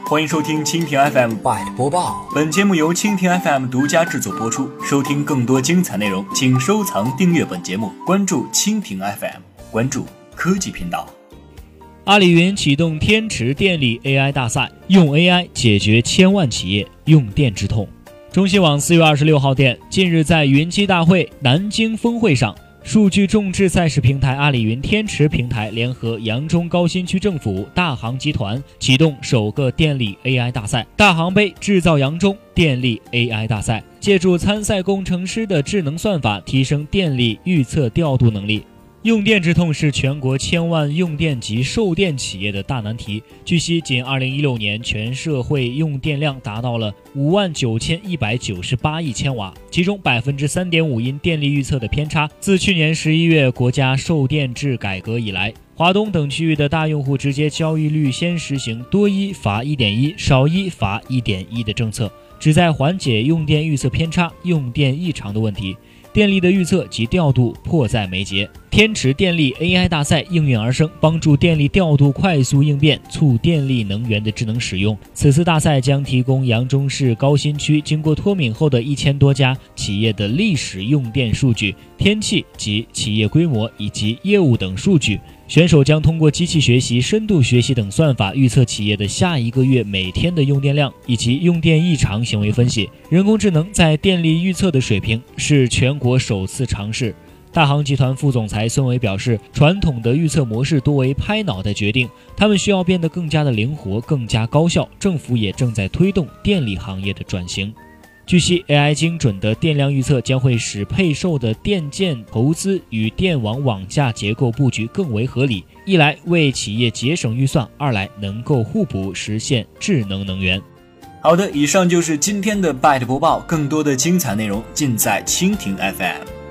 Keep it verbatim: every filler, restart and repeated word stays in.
欢迎收听蜻蜓 F M Byte 播报。 本节目由蜻蜓 F M 独家制作播出。收听更多精彩内容，请收藏订阅本节目，关注蜻蜓 F M， 关注科技频道。 阿里云启动天池电力 A I 大赛，用 A I 解决千万企业用电之痛。中新网四月二十六号电，近日在云栖大会南京峰会上，数据众志赛事平台阿里云天池平台联合扬中高新区政府、大行集团启动首个电力 A I 大赛——大行杯制造扬中电力 A I 大赛，借助参赛工程师的智能算法，提升电力预测调度能力。用电之痛是全国千万用电及售电企业的大难题。据悉，仅二零一六年全社会用电量达到了五万九千一百九十八亿千瓦，其中 百分之三点五 因电力预测的偏差。自去年十一月国家售电制改革以来，华东等区域的大用户直接交易率先实行多一罚 一点一， 少一罚 一点一 的政策，旨在缓解用电预测偏差、用电异常的问题。电力的预测及调度迫在眉睫，天池电力 A I 大赛应运而生，帮助电力调度快速应变，促电力能源的智能使用。此次大赛将提供扬中市高新区经过脱敏后的一千多家企业的历史用电数据、天气及企业规模以及业务等数据。选手将通过机器学习、深度学习等算法预测企业的下一个月每天的用电量以及用电异常行为分析。人工智能在电力预测的水平是全国首次尝试。大行集团副总裁孙伟表示，传统的预测模式多为拍脑袋决定，他们需要变得更加的灵活、更加高效。政府也正在推动电力行业的转型。据悉 A I 精准的电量预测将会使配售的电建投资与电网网架结构布局更为合理，一来为企业节省预算，二来能够互补，实现智能能源。 好的，以上就是今天的 Byte 播报，更多的精彩内容尽在蜻蜓 F M。